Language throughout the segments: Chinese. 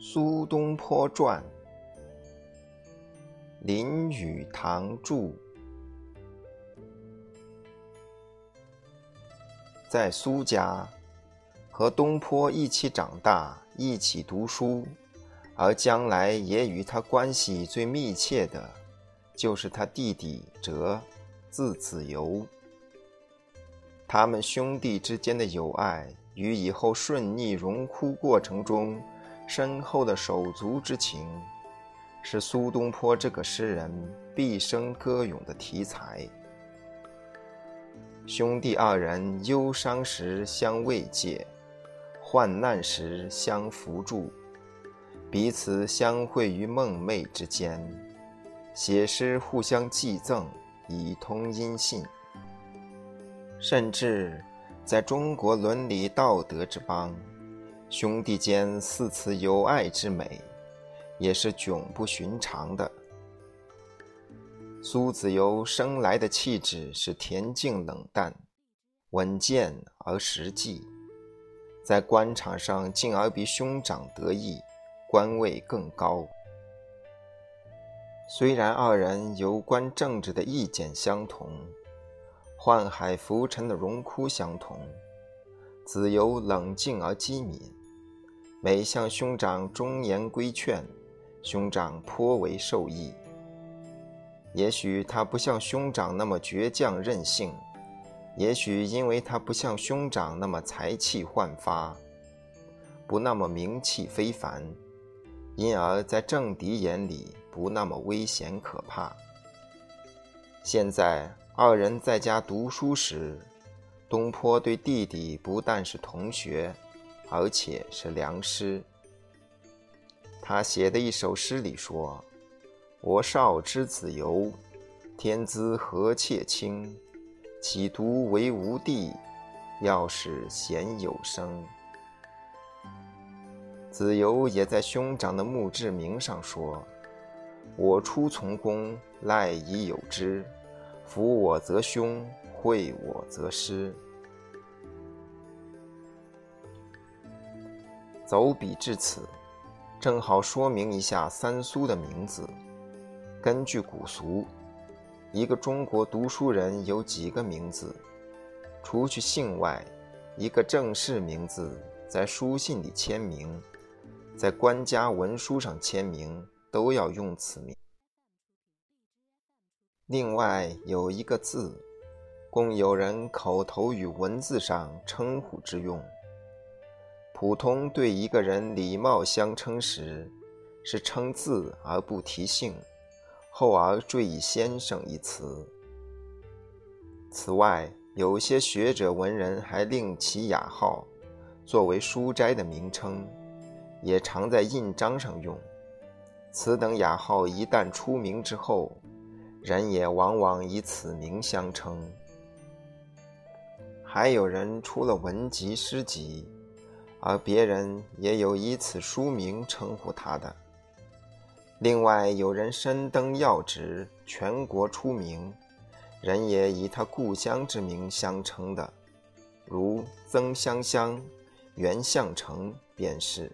苏东坡传，林语堂著。在苏家，和东坡一起长大，一起读书，而将来也与他关系最密切的，就是他弟弟哲，字子由。他们兄弟之间的友爱与以后顺逆荣枯过程中深厚的手足之情，是苏东坡这个诗人毕生歌咏的题材。兄弟二人忧伤时相慰藉，患难时相扶助，彼此相会于梦寐之间，写诗互相寄赠，以通音信。甚至在中国伦理道德之邦，兄弟间似此友爱之美，也是迥不寻常的。苏子由生来的气质是恬静冷淡，稳健而实际，在官场上进而比兄长得意，官位更高。虽然二人有关政治的意见相同，宦海浮沉的荣枯相同，子由冷静而机敏，每向兄长忠言规劝，兄长颇为受益。也许他不像兄长那么倔强任性，也许因为他不像兄长那么才气焕发，不那么名气非凡，因而在政敌眼里不那么危险可怕。现在二人在家读书时，东坡对弟弟不但是同学，而且是良师。他写的一首诗里说：我少之子由，天资何切清，岂独为吾弟，要使贤有生。子由也在兄长的墓志铭上说：我初从公，赖以有之，辅我则兄，惠我则师。走笔至此，正好说明一下三苏的名字。根据古俗，一个中国读书人有几个名字？除去姓外，一个正式名字在书信里签名，在官家文书上签名，都要用此名。另外有一个字，供有人口头与文字上称呼之用。普通对一个人礼貌相称时，是称字而不提姓，后而缀以先生一词。此外，有些学者文人还另起雅号，作为书斋的名称，也常在印章上用。此等雅号一旦出名之后，人也往往以此名相称。还有人出了文集诗集，而别人也有以此书名称呼他的。另外有人身登要职，全国出名，人也以他故乡之名相称的，如曾香香、袁相成便是。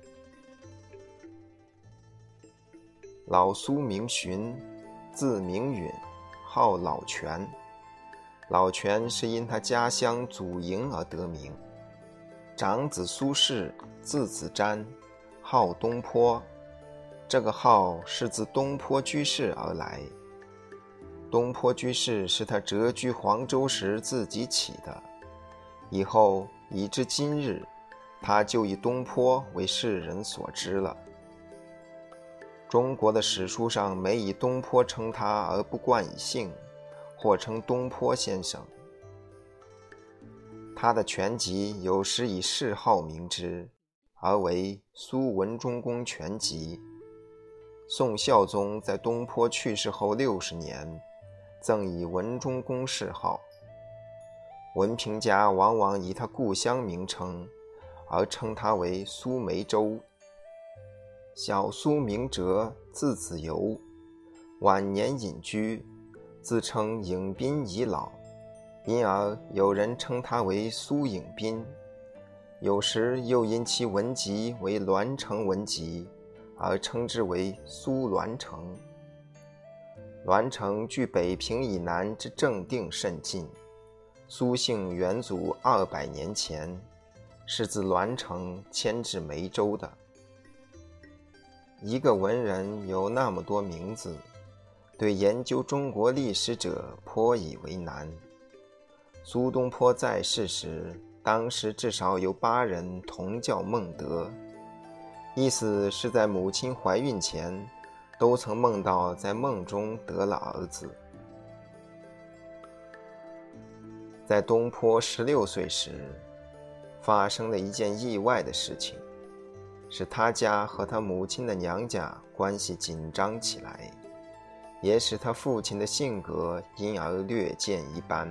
老苏名询，字明允，号老泉。老泉是因他家乡祖茔而得名。长子苏轼，字子瞻，号东坡，这个号是自东坡居士而来。东坡居士是他谪居黄州时自己起的，以后以至今日，他就以东坡为世人所知了。中国的史书上每以东坡称他而不冠以姓，或称东坡先生。他的全集有时以谥号名之，而为苏文忠公全集。宋孝宗在东坡去世后60年，赠以文忠公谥号。文评家往往以他故乡名称，而称他为苏梅州。小苏名哲，字子由，晚年隐居，自称隐宾已老，因而有人称他为苏隐宾，有时又因其文集为栾城文集， 而称之为苏栾城。栾城距北平以南之正定甚近，苏姓元祖200年前是自栾城迁至梅州的。一个文人有那么多名字，对研究中国历史者颇以为难。苏东坡在世时，当时至少有8人同叫孟德，意思是在母亲怀孕前都曾梦到在梦中得了儿子。在东坡16岁时，发生了一件意外的事情，使他家和他母亲的娘家关系紧张起来，也使他父亲的性格因而略见一斑。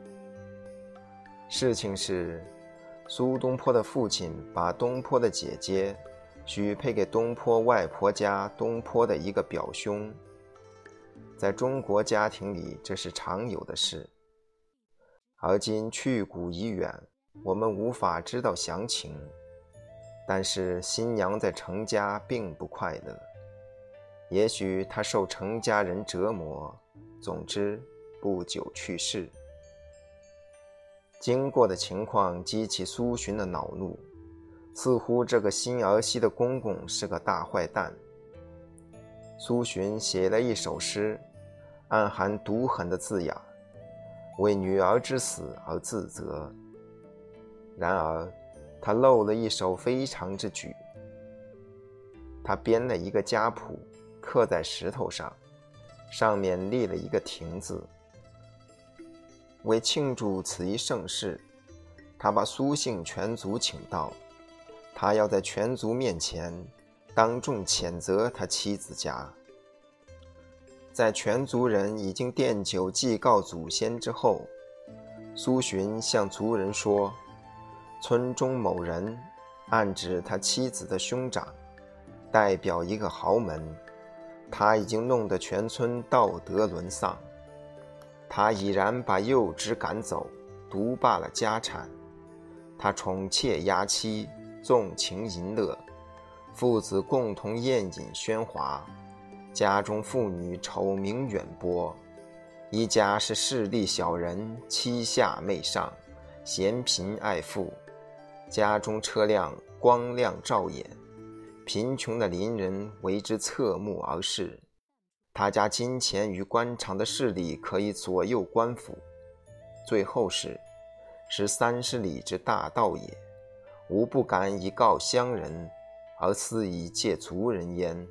事情是，苏东坡的父亲把东坡的姐姐许配给东坡外婆家东坡的一个表兄。在中国家庭里，这是常有的事。而今去古已远，我们无法知道详情，但是新娘在程家并不快乐，也许她受程家人折磨，总之不久去世。经过的情况激起苏洵的恼怒，似乎这个新儿媳的公公是个大坏蛋。苏洵写了一首诗，暗含毒狠的字眼，为女儿之死而自责。然而他漏了一首非常之举，他编了一个家谱，刻在石头上，上面立了一个亭字。为庆祝此一盛事，他把苏姓全族请到，他要在全族面前当众谴责他妻子家。在全族人已经奠酒祭告祖先之后，苏洵向族人说，村中某人，暗指他妻子的兄长，代表一个豪门，他已经弄得全村道德沦丧。他已然把幼侄赶走，独霸了家产。他宠妾压妻，纵情淫乐，父子共同宴饮喧哗，家中妇女丑名远播，一家是势利小人，欺下媚上，嫌贫爱富，家中车辆光亮照眼，贫穷的邻人为之侧目而视。他家金钱与官场的势力可以左右官府。最后是30里之大盗也，吾不敢以告乡人，而私以借族人焉。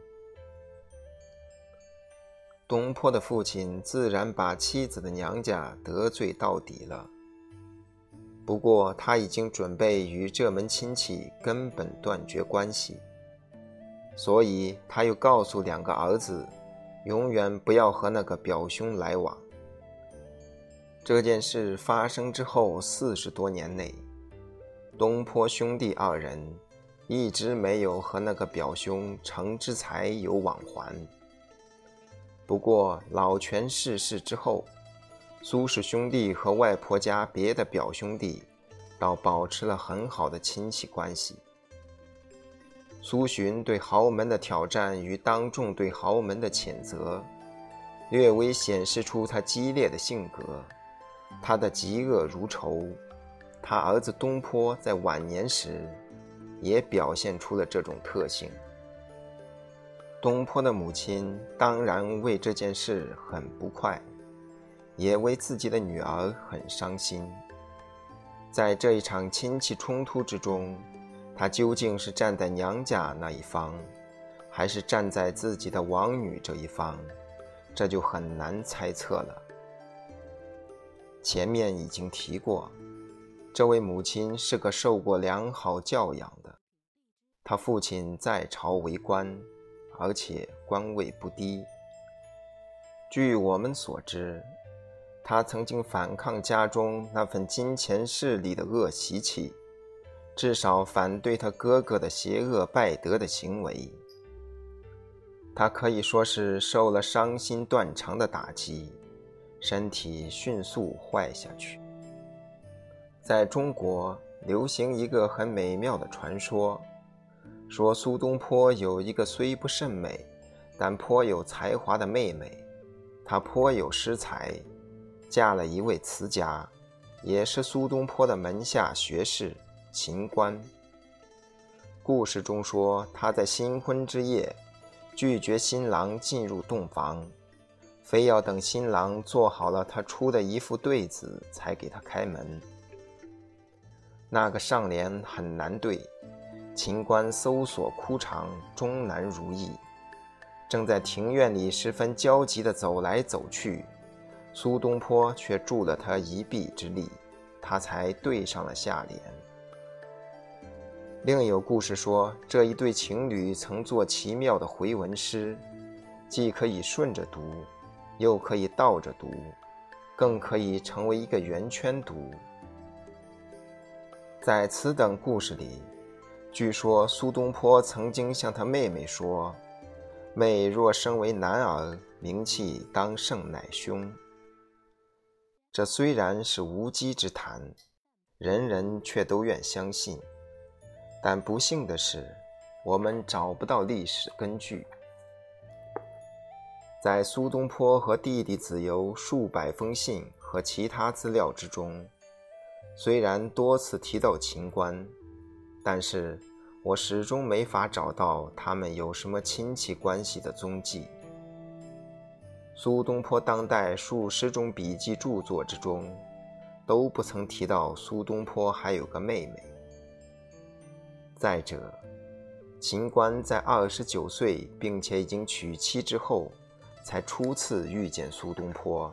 东坡的父亲自然把妻子的娘家得罪到底了，不过他已经准备与这门亲戚根本断绝关系，所以他又告诉2个儿子，永远不要和那个表兄来往。这件事发生之后40多年内，东坡兄弟2人一直没有和那个表兄程之才有往还。不过老全逝世之后，苏氏兄弟和外婆家别的表兄弟倒保持了很好的亲戚关系。苏洵对豪门的挑战与当众对豪门的谴责，略微显示出他激烈的性格，他的嫉恶如仇。他儿子东坡在晚年时也表现出了这种特性。东坡的母亲当然为这件事很不快，也为自己的女儿很伤心。在这一场亲戚冲突之中，他究竟是站在娘家那一方，还是站在自己的王女这一方，这就很难猜测了。前面已经提过，这位母亲是个受过良好教养的，他父亲在朝为官，而且官位不低。据我们所知，他曾经反抗家中那份金钱势力的恶习气，至少反对他哥哥的邪恶败德的行为。他可以说是受了伤心断肠的打击，身体迅速坏下去。在中国流行一个很美妙的传说， 说苏东坡有一个虽不甚美，但颇有才华的妹妹，她颇有诗才，嫁了一位词家，也是苏东坡的门下学士秦观。故事中说，他在新婚之夜拒绝新郎进入洞房，非要等新郎做好了他出的一副对子才给他开门。那个上联很难对，秦观搜索枯肠，终难如意。正在庭院里十分焦急地走来走去，苏东坡却助了他一臂之力，他才对上了下联。另有故事说，这一对情侣曾作奇妙的回文诗，既可以顺着读，又可以倒着读，更可以成为一个圆圈读。在此等故事里，据说苏东坡曾经向他妹妹说，妹若生为男儿，名气当胜乃兄。这虽然是无稽之谈，人人却都愿相信，但不幸的是，我们找不到历史根据。在苏东坡和弟弟子由数百封信和其他资料之中，虽然多次提到秦观，但是我始终没法找到他们有什么亲戚关系的踪迹。苏东坡当代数十种笔记著作之中，都不曾提到苏东坡还有个妹妹。再者，秦观在29岁并且已经娶妻之后，才初次遇见苏东坡。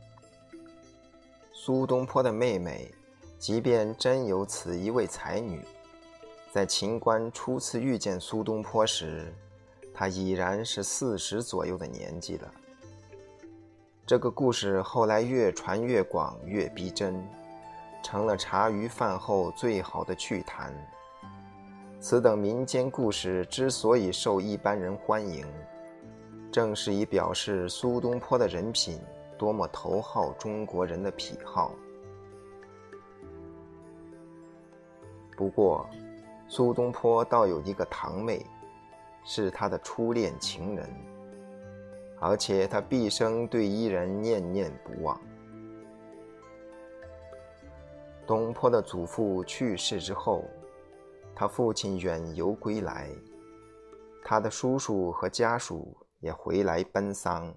苏东坡的妹妹即便真有此一位才女，在秦观初次遇见苏东坡时，她已然是40左右的年纪了。这个故事后来越传越广，越逼真，成了茶余饭后最好的趣谈。此等民间故事之所以受一般人欢迎，正是以表示苏东坡的人品多么头号中国人的癖好。不过，苏东坡倒有一个堂妹，是他的初恋情人，而且他毕生对一人念念不忘。东坡的祖父去世之后，他父亲远游归来，他的叔叔和家属也回来奔丧。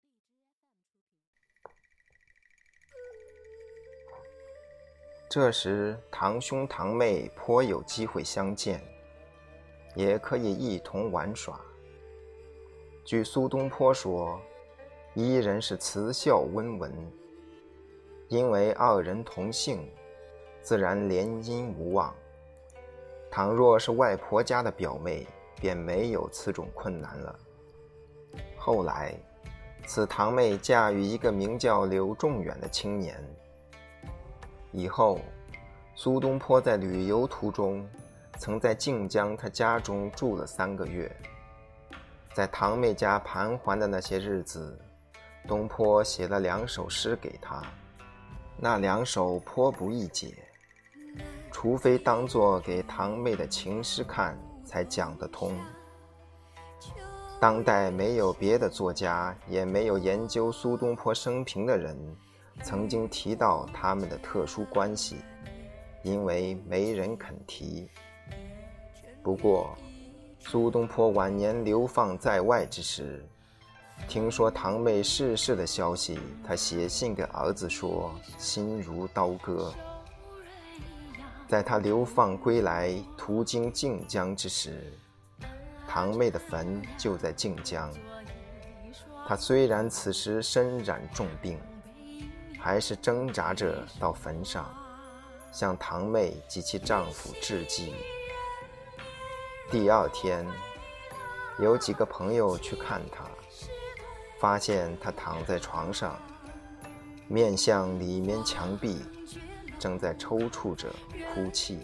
这时堂兄堂妹颇有机会相见，也可以一同玩耍。据苏东坡说，一人是慈孝温文，因为二人同姓，自然联姻无望。倘若是外婆家的表妹，便没有此种困难了。后来，此堂妹嫁与一个名叫柳仲远的青年。以后，苏东坡在旅游途中，曾在靖江他家中住了3个月。在堂妹家盘桓的那些日子，东坡写了2首诗给她，那2首颇不易解，除非当作给堂妹的情诗看，才讲得通。当代没有别的作家，也没有研究苏东坡生平的人曾经提到他们的特殊关系，因为没人肯提。不过苏东坡晚年流放在外之时，听说堂妹逝世的消息，他写信给儿子说，心如刀割。在他流放归来途经靖江之时，堂妹的坟就在靖江。他虽然此时身染重病，还是挣扎着到坟上，向堂妹及其丈夫致祭。第2天，有几个朋友去看他，发现他躺在床上，面向里面墙壁，正在抽搐着哭泣。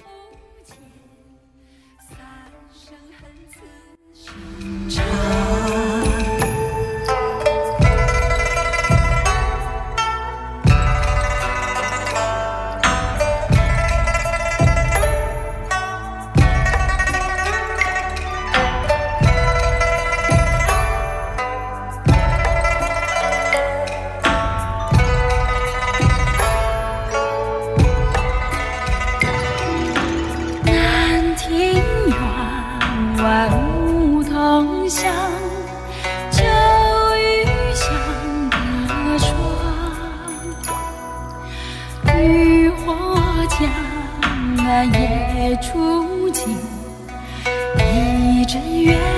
夜初晴，一阵月